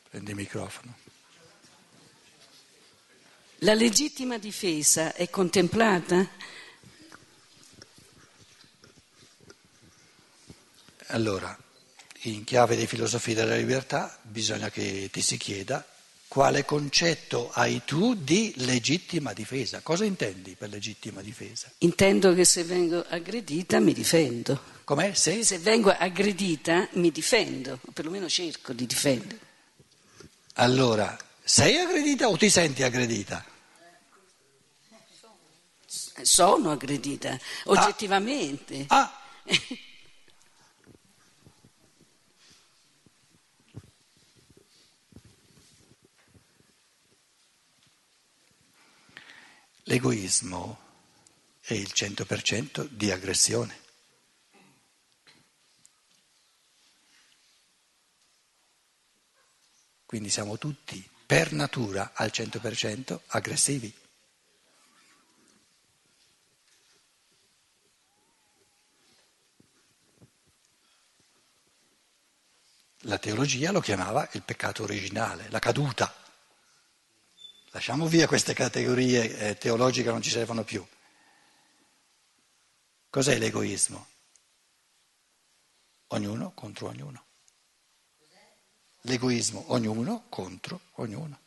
Prendi il microfono. La legittima difesa è contemplata? Allora, in chiave di filosofia della libertà bisogna che ti si chieda quale concetto hai tu di legittima difesa. Cosa intendi per legittima difesa? Intendo che se vengo aggredita mi difendo. Com'è? Se vengo aggredita mi difendo, o perlomeno cerco di difendere. Allora, sei aggredita o ti senti aggredita? Sono aggredita, oggettivamente. L'egoismo è il 100% di aggressione. Quindi siamo tutti per natura al 100% aggressivi. La teologia lo chiamava il peccato originale, la caduta. Lasciamo via queste categorie teologiche che non ci servono più. Cos'è l'egoismo? Ognuno contro ognuno. L'egoismo, ognuno contro ognuno.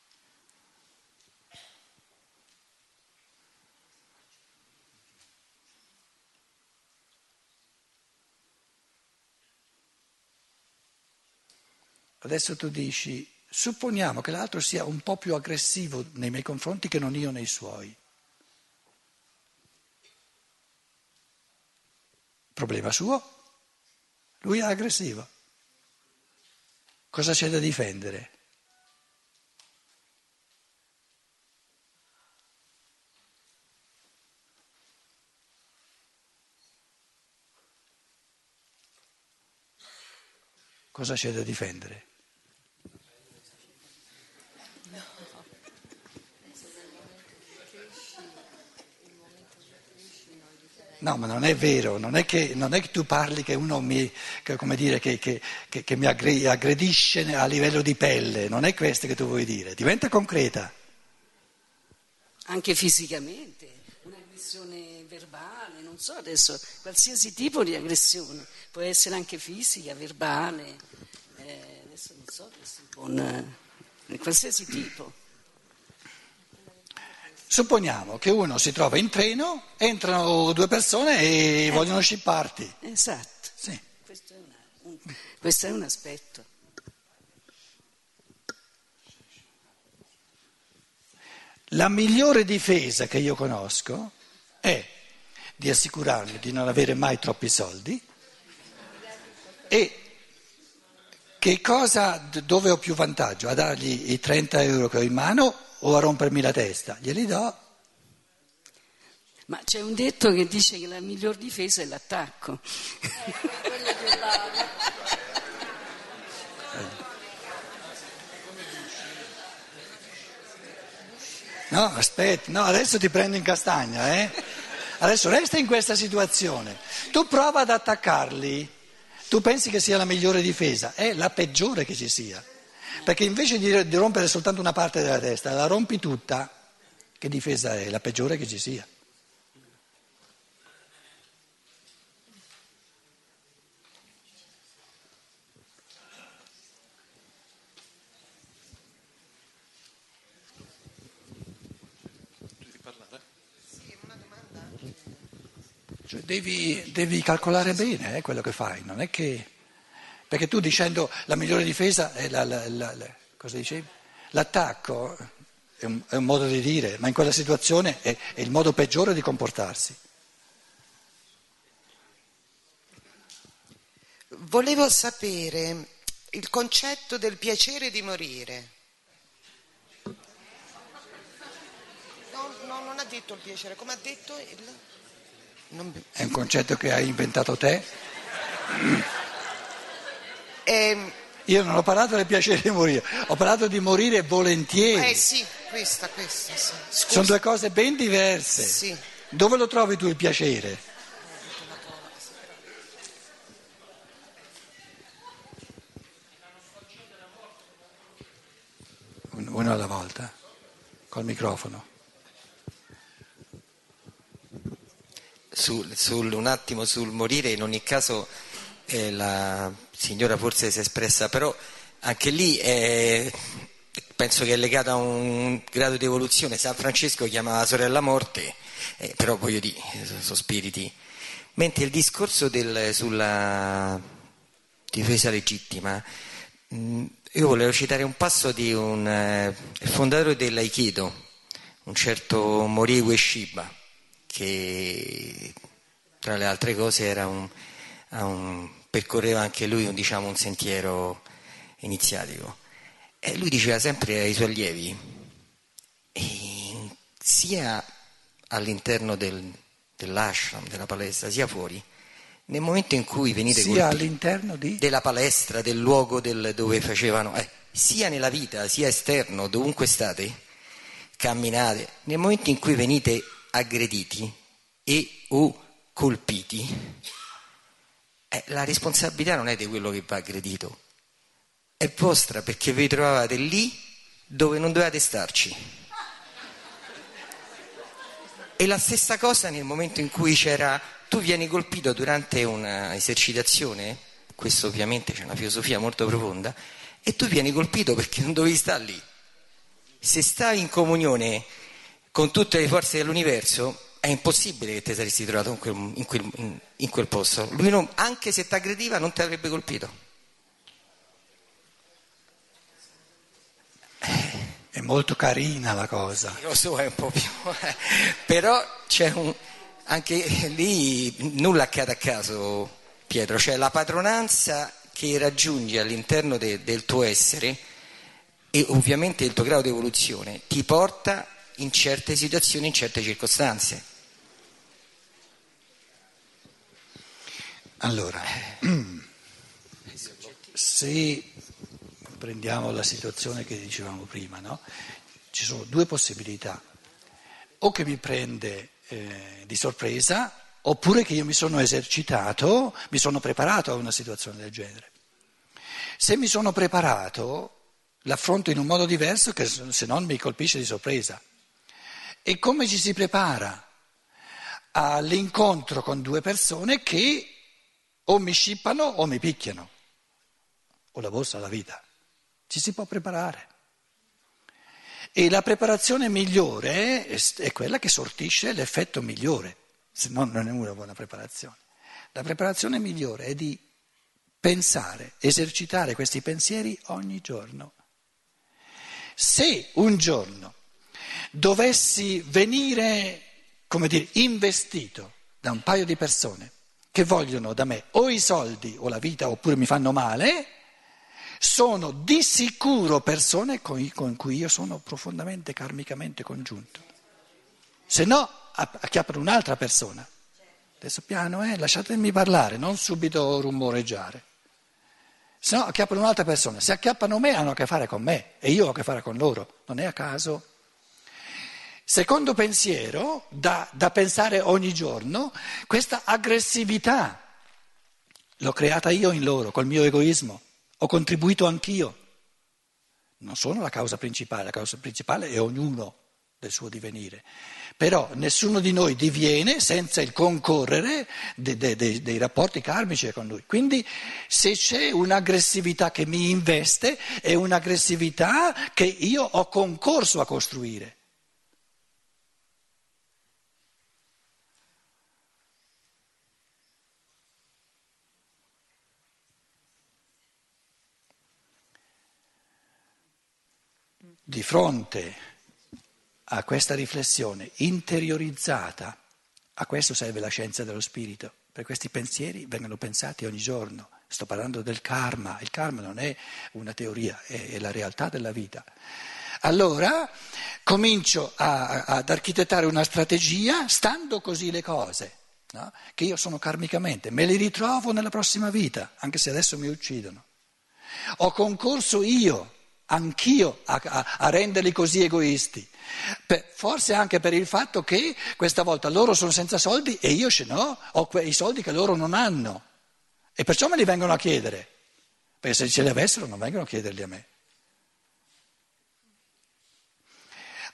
Adesso tu dici, supponiamo che l'altro sia un po' più aggressivo nei miei confronti che non io nei suoi. Problema suo, lui è aggressivo. Cosa c'è da difendere? Cosa c'è da difendere? No, ma non è vero, non è che tu parli che uno mi aggredisce a livello di pelle, non è questo che tu vuoi dire, diventa concreta. Anche fisicamente, un'aggressione verbale, non so adesso, qualsiasi tipo di aggressione, può essere anche fisica, verbale, adesso non so, con qualsiasi tipo. Supponiamo che uno si trova in treno, entrano due persone e vogliono scipparti. Esatto, Sì. Questo è un aspetto. La migliore difesa che io conosco è di assicurarmi di non avere mai troppi soldi e dove ho più vantaggio? A dargli i 30 euro che ho in mano o a rompermi la testa? Glieli do. Ma c'è un detto che dice che la miglior difesa è l'attacco. No, aspetta, no, adesso ti prendo in castagna, Adesso resta in questa situazione. Tu prova ad attaccarli, tu pensi che sia la migliore difesa, è la peggiore che ci sia. Perché invece di rompere soltanto una parte della testa, la rompi tutta, che difesa è? La peggiore che ci sia. Cioè, devi calcolare bene quello che fai, non è che... Perché tu dicendo la migliore difesa è cosa dicevi? L'attacco è un modo di dire, ma in quella situazione è il modo peggiore di comportarsi. Volevo sapere il concetto del piacere di morire. No, non ha detto il piacere, come ha detto il... È un concetto che hai inventato te? Io non ho parlato del piacere di morire, ho parlato di morire volentieri. Sì, questa, sì. Scusa. Sono due cose ben diverse. Sì. Dove lo trovi tu il piacere? uno alla volta, col microfono. Un attimo sul morire, in ogni caso la signora forse si è espressa, però anche lì penso che è legato a un grado di evoluzione. San Francesco chiamava la sorella morte, però voglio dire, sono spiriti. Mentre il discorso sulla difesa legittima, io volevo citare un passo di il fondatore dell'Aikido, un certo Mori Ueshiba, che tra le altre cose percorreva anche lui un sentiero iniziatico, e lui diceva sempre ai suoi allievi, sia all'interno dell'ashram, della palestra, sia fuori, nel momento in cui venite sia all'interno della palestra, del luogo dove facevano, sia nella vita, sia esterno, dovunque state, camminate, nel momento in cui venite aggrediti o colpiti, la responsabilità non è di quello che va aggredito, è vostra, perché vi trovavate lì dove non dovevate starci. E la stessa cosa nel momento in cui tu vieni colpito durante una esercitazione, questo ovviamente c'è una filosofia molto profonda, e tu vieni colpito perché non dovevi stare lì. Se stai in comunione con tutte le forze dell'universo, è impossibile che ti saresti trovato in quel posto. Lui anche se ti aggrediva non ti avrebbe colpito. È molto carina la cosa. Lo so, è un po' più... però c'è anche lì nulla accade a caso, Pietro. Cioè la padronanza che raggiungi all'interno del tuo essere, e ovviamente il tuo grado di evoluzione, ti porta in certe situazioni, in certe circostanze. Allora, se prendiamo la situazione che dicevamo prima, no? Ci sono due possibilità: o che mi prende di sorpresa, oppure che io mi sono esercitato, mi sono preparato a una situazione del genere. Se mi sono preparato, l'affronto in un modo diverso, che se non mi colpisce di sorpresa. E come ci si prepara all'incontro con due persone che o mi scippano o mi picchiano, o la borsa alla vita? Ci si può preparare. E la preparazione migliore è quella che sortisce l'effetto migliore, se no non è una buona preparazione. La preparazione migliore è di pensare, esercitare questi pensieri ogni giorno. Se un giorno dovessi venire, investito da un paio di persone che vogliono da me o i soldi o la vita, oppure mi fanno male, sono di sicuro persone con cui io sono profondamente karmicamente congiunto. Se no, acchiappano un'altra persona. Adesso piano, lasciatemi parlare, non subito rumoreggiare. Se no, acchiappano un'altra persona. Se acchiappano me, hanno a che fare con me e io ho a che fare con loro. Non è a caso. Secondo pensiero, da pensare ogni giorno, questa aggressività l'ho creata io in loro, col mio egoismo. Ho contribuito anch'io. Non sono la causa principale è ognuno del suo divenire. Però nessuno di noi diviene senza il concorrere dei rapporti karmici con lui. Quindi se c'è un'aggressività che mi investe, è un'aggressività che io ho concorso a costruire. Di fronte a questa riflessione interiorizzata, a questo serve la scienza dello spirito, perché questi pensieri vengono pensati ogni giorno. Sto parlando del karma, il karma non è una teoria, è la realtà della vita. Allora comincio ad architettare una strategia stando così le cose, no? Che io sono karmicamente, me li ritrovo nella prossima vita, anche se adesso mi uccidono. Ho concorso io, anch'io, a renderli così egoisti, forse anche per il fatto che questa volta loro sono senza soldi e io ce n'ho, ho quei soldi che loro non hanno e perciò me li vengono a chiedere, perché se ce li avessero non vengono a chiederli a me.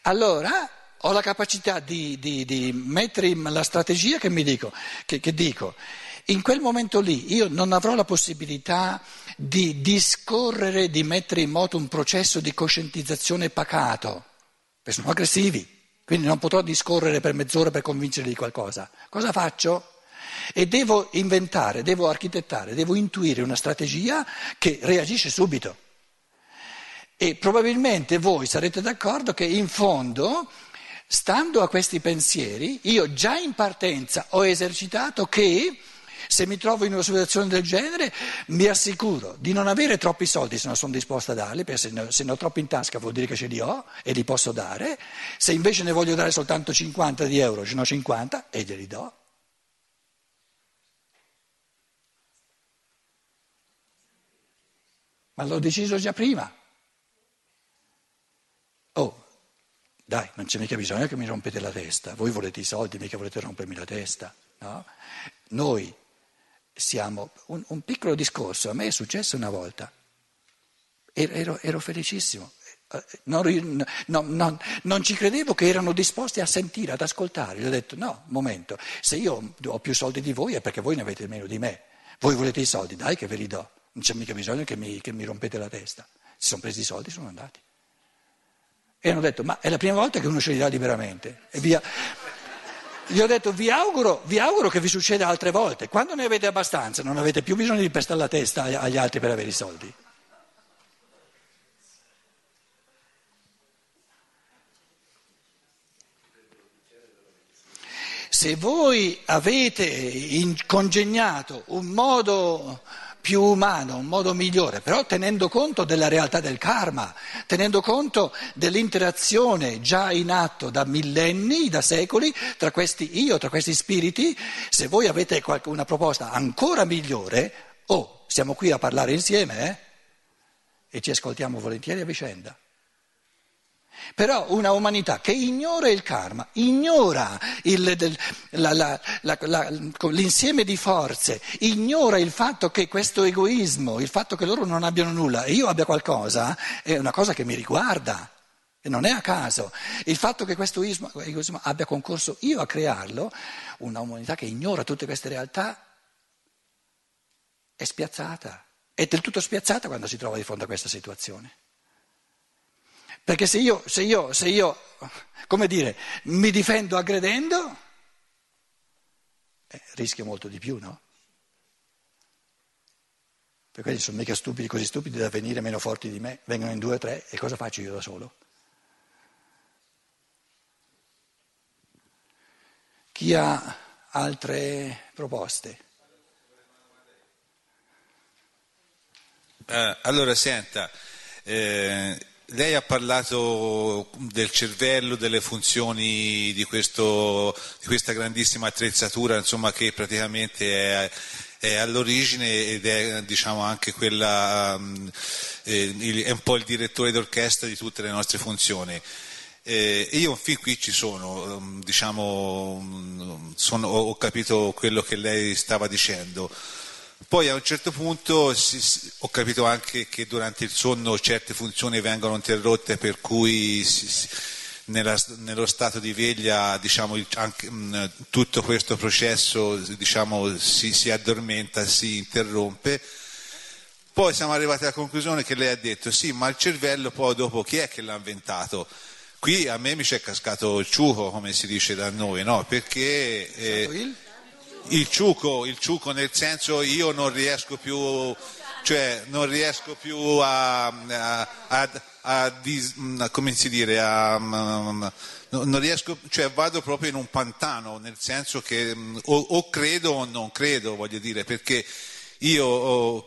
allora ho la capacità di mettere la strategia che dico, in quel momento lì io non avrò la possibilità di discorrere, di mettere in moto un processo di coscientizzazione pacato, perché sono aggressivi, quindi non potrò discorrere per mezz'ora per convincerli di qualcosa. Cosa faccio? E devo inventare, devo architettare, devo intuire una strategia che reagisce subito. E probabilmente voi sarete d'accordo che in fondo, stando a questi pensieri, io già in partenza ho esercitato che se mi trovo in una situazione del genere mi assicuro di non avere troppi soldi se non sono disposto a darli, perché se ne ho troppi in tasca vuol dire che ce li ho e li posso dare, se invece ne voglio dare soltanto 50 di euro, ce ne ho 50 e glieli do. Ma l'ho deciso già prima. Oh, dai, non c'è mica bisogno che mi rompete la testa, voi volete i soldi, mica volete rompermi la testa, no? Noi siamo, un piccolo discorso, a me è successo una volta, ero felicissimo, non ci credevo che erano disposti a sentire, ad ascoltare, gli ho detto no, un momento, se io ho più soldi di voi è perché voi ne avete meno di me, voi volete i soldi, dai che ve li do, non c'è mica bisogno che mi rompete la testa, si sono presi i soldi e sono andati. E hanno detto, ma è la prima volta che uno ce li dà liberamente. E via. Gli ho detto, vi auguro che vi succeda altre volte. Quando ne avete abbastanza, non avete più bisogno di pestare la testa agli altri per avere i soldi. Se voi avete congegnato un modo più umano, un modo migliore, però tenendo conto della realtà del karma, tenendo conto dell'interazione già in atto da millenni, da secoli, tra questi spiriti, se voi avete una proposta ancora migliore, siamo qui a parlare insieme, e ci ascoltiamo volentieri a vicenda. Però una umanità che ignora il karma, ignora l'insieme di forze, ignora il fatto che questo egoismo, il fatto che loro non abbiano nulla e io abbia qualcosa, è una cosa che mi riguarda e non è a caso. Il fatto che questo egoismo abbia concorso io a crearlo, una umanità che ignora tutte queste realtà, è spiazzata, è del tutto spiazzata quando si trova di fronte a questa situazione. Perché se io, come dire, mi difendo aggredendo, rischio molto di più, no? Per quelli sono mica stupidi, così stupidi da venire meno forti di me, vengono in 2 o 3 e cosa faccio io da solo? Chi ha altre proposte? Allora, senta, lei ha parlato del cervello, delle funzioni di questa grandissima attrezzatura, insomma, che praticamente è all'origine ed è, diciamo, anche quella, è un po' il direttore d'orchestra di tutte le nostre funzioni. Io fin qui ci sono, diciamo, ho capito quello che lei stava dicendo. Poi a un certo punto ho capito anche che durante il sonno certe funzioni vengono interrotte, per cui nello stato di veglia, diciamo, tutto questo processo, diciamo, si addormenta, si interrompe. Poi siamo arrivati alla conclusione che lei ha detto sì, ma il cervello poi dopo chi è che l'ha inventato? Qui a me mi c'è cascato il ciuco, come si dice da noi, no? Perché il ciuco nel senso io non riesco più come si dire, non riesco, cioè vado proprio in un pantano, nel senso che o credo o non credo, voglio dire, perché io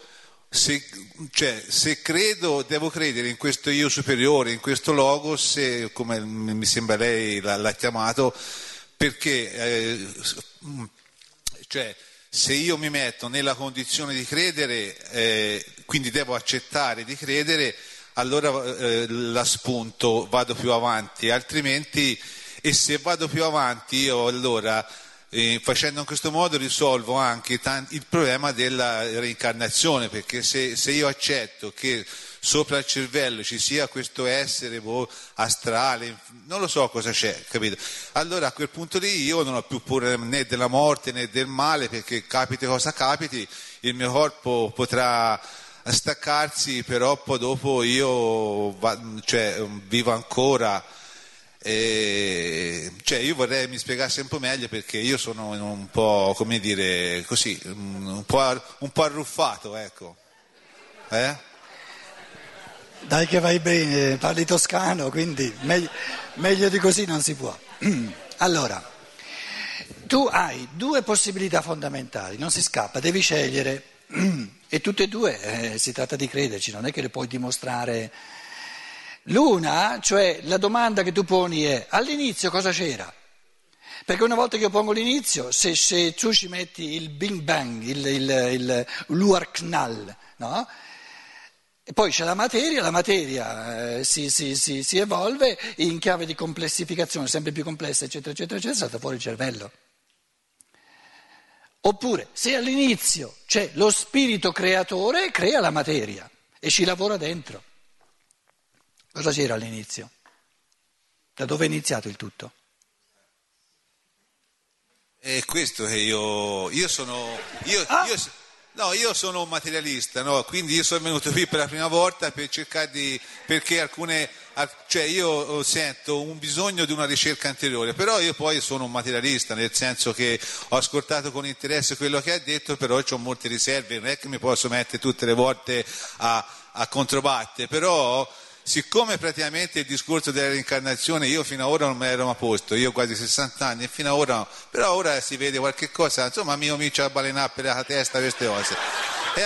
se credo, devo credere in questo io superiore, in questo logos, come mi sembra lei l'ha chiamato, perché cioè se io mi metto nella condizione di credere, quindi devo accettare di credere, allora la spunto, vado più avanti, altrimenti, e se vado più avanti io allora facendo in questo modo risolvo anche il problema della reincarnazione, perché se io accetto che sopra il cervello ci sia questo essere astrale, non lo so cosa c'è, capito? Allora a quel punto lì io non ho più paura né della morte né del male, perché capiti cosa capiti, il mio corpo potrà staccarsi, però poi dopo io vivo ancora. Io vorrei mi spiegasse un po' meglio, perché io sono un po', come dire, così, un po' arruffato, ecco. Dai che vai bene, parli toscano, quindi meglio di così non si può. Allora, tu hai due possibilità fondamentali, non si scappa, devi scegliere, e tutte e due si tratta di crederci, non è che le puoi dimostrare. L'una, cioè la domanda che tu poni è: all'inizio cosa c'era? Perché una volta che io pongo l'inizio, se tu ci metti il Big Bang, l'Urknall, no? E poi c'è la materia si evolve in chiave di complessificazione sempre più complessa, eccetera, eccetera, eccetera, salta fuori il cervello. Oppure, se all'inizio c'è lo spirito creatore, crea la materia e ci lavora dentro. Cosa c'era all'inizio? Da dove è iniziato il tutto? È questo che io sono un materialista, no? Quindi io sono venuto qui per la prima volta per cercare perché io sento un bisogno di una ricerca anteriore, però io poi sono un materialista, nel senso che ho ascoltato con interesse quello che ha detto, però ho molte riserve, non è che mi posso mettere tutte le volte a controbattere, però siccome praticamente il discorso della reincarnazione io fino ad ora non me l'ero mai posto, io ho quasi 60 anni e fino ad ora, però ora si vede qualche cosa, insomma mi comincia a balenare per la testa queste cose. E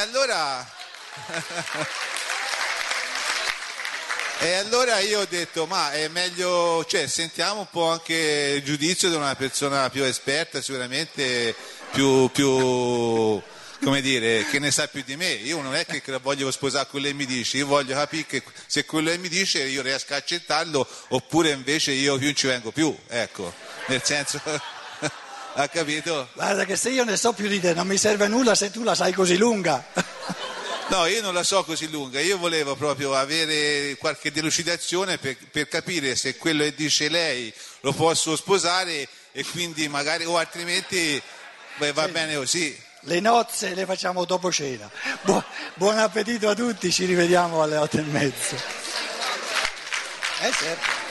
allora io ho detto, ma è meglio, sentiamo un po' anche il giudizio di una persona più esperta, sicuramente più come dire, che ne sa più di me. Io non è che voglio sposare quello che mi dice, io voglio capire che se quello che mi dice io riesco a accettarlo, oppure invece io più non ci vengo più, ecco, nel senso, ha capito? Guarda che se io ne so più di te non mi serve a nulla se tu la sai così lunga. No, io non la so così lunga, io volevo proprio avere qualche delucidazione per capire se quello che dice lei lo posso sposare e quindi magari, o altrimenti va bene così. Le nozze le facciamo dopo cena. Buon appetito a tutti, ci rivediamo alle 8:30. Certo.